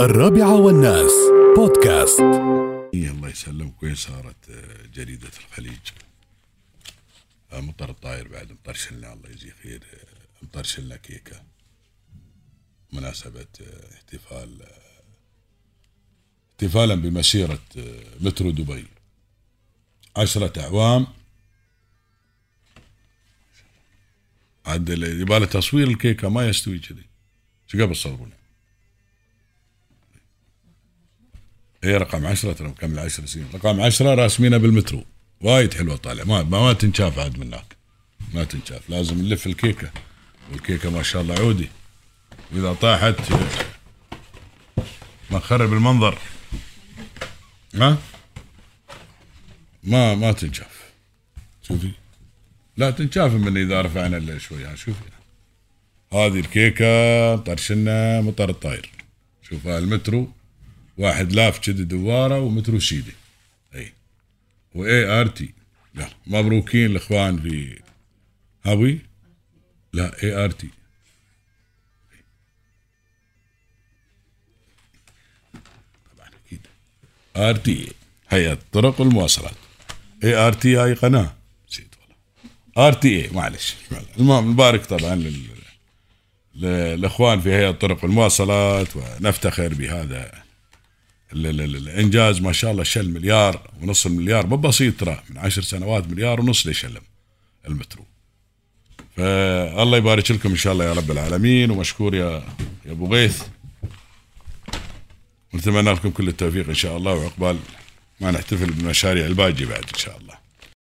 الرابعة والناس بودكاست. الله يسلمك. وين صارت جريدة الخليج؟ مطر الطاير بعد مطرشلنا، الله يجزيه خير، مطرشلنا كيكة مناسبة احتفالا بمسيرة مترو دبي 10 أعوام. عاد يبالي تصوير الكيكة ما يستوي كذي. شو قبل صورونه؟ هي رقم 10 ترى مكمل 10 سنين. رقم 10 راسمينها بالمترو، وايد حلوة طالع، ما تنشاف عاد من هناك، ما تنشاف، لازم نلف الكيكة، والكيكة ما شاء الله عودي، وإذا طاحت ما خرب المنظر. ما تنشاف. شوفي، لا تنشاف من إذا رفعنا اللي شوية. شوفي هذه الكيكة طرشنا مطر الطاير. شوفها المترو، واحد لاف كذي دواره ومترو سيدي، اي ART. لا مبروكين الاخوان في هاوي، لا ART طبعا اكيد RTA هيئة الطرق والمواصلات. ART هاي قناة نسيت والله، RTA معلش. المهم نبارك طبعا للاخوان في هيئة الطرق والمواصلات، ونفتخر بهذا الانجاز. ما شاء الله شل 1.5 مليار، مو بسيط ترى، من 10 سنوات 1.5 مليار ليشلم المترو. فالله يبارك لكم ان شاء الله يا رب العالمين، ومشكور يا ابو غيث، ونتمنى لكم كل التوفيق ان شاء الله، وعقبال ما نحتفل بالمشاريع الباقية بعد ان شاء الله.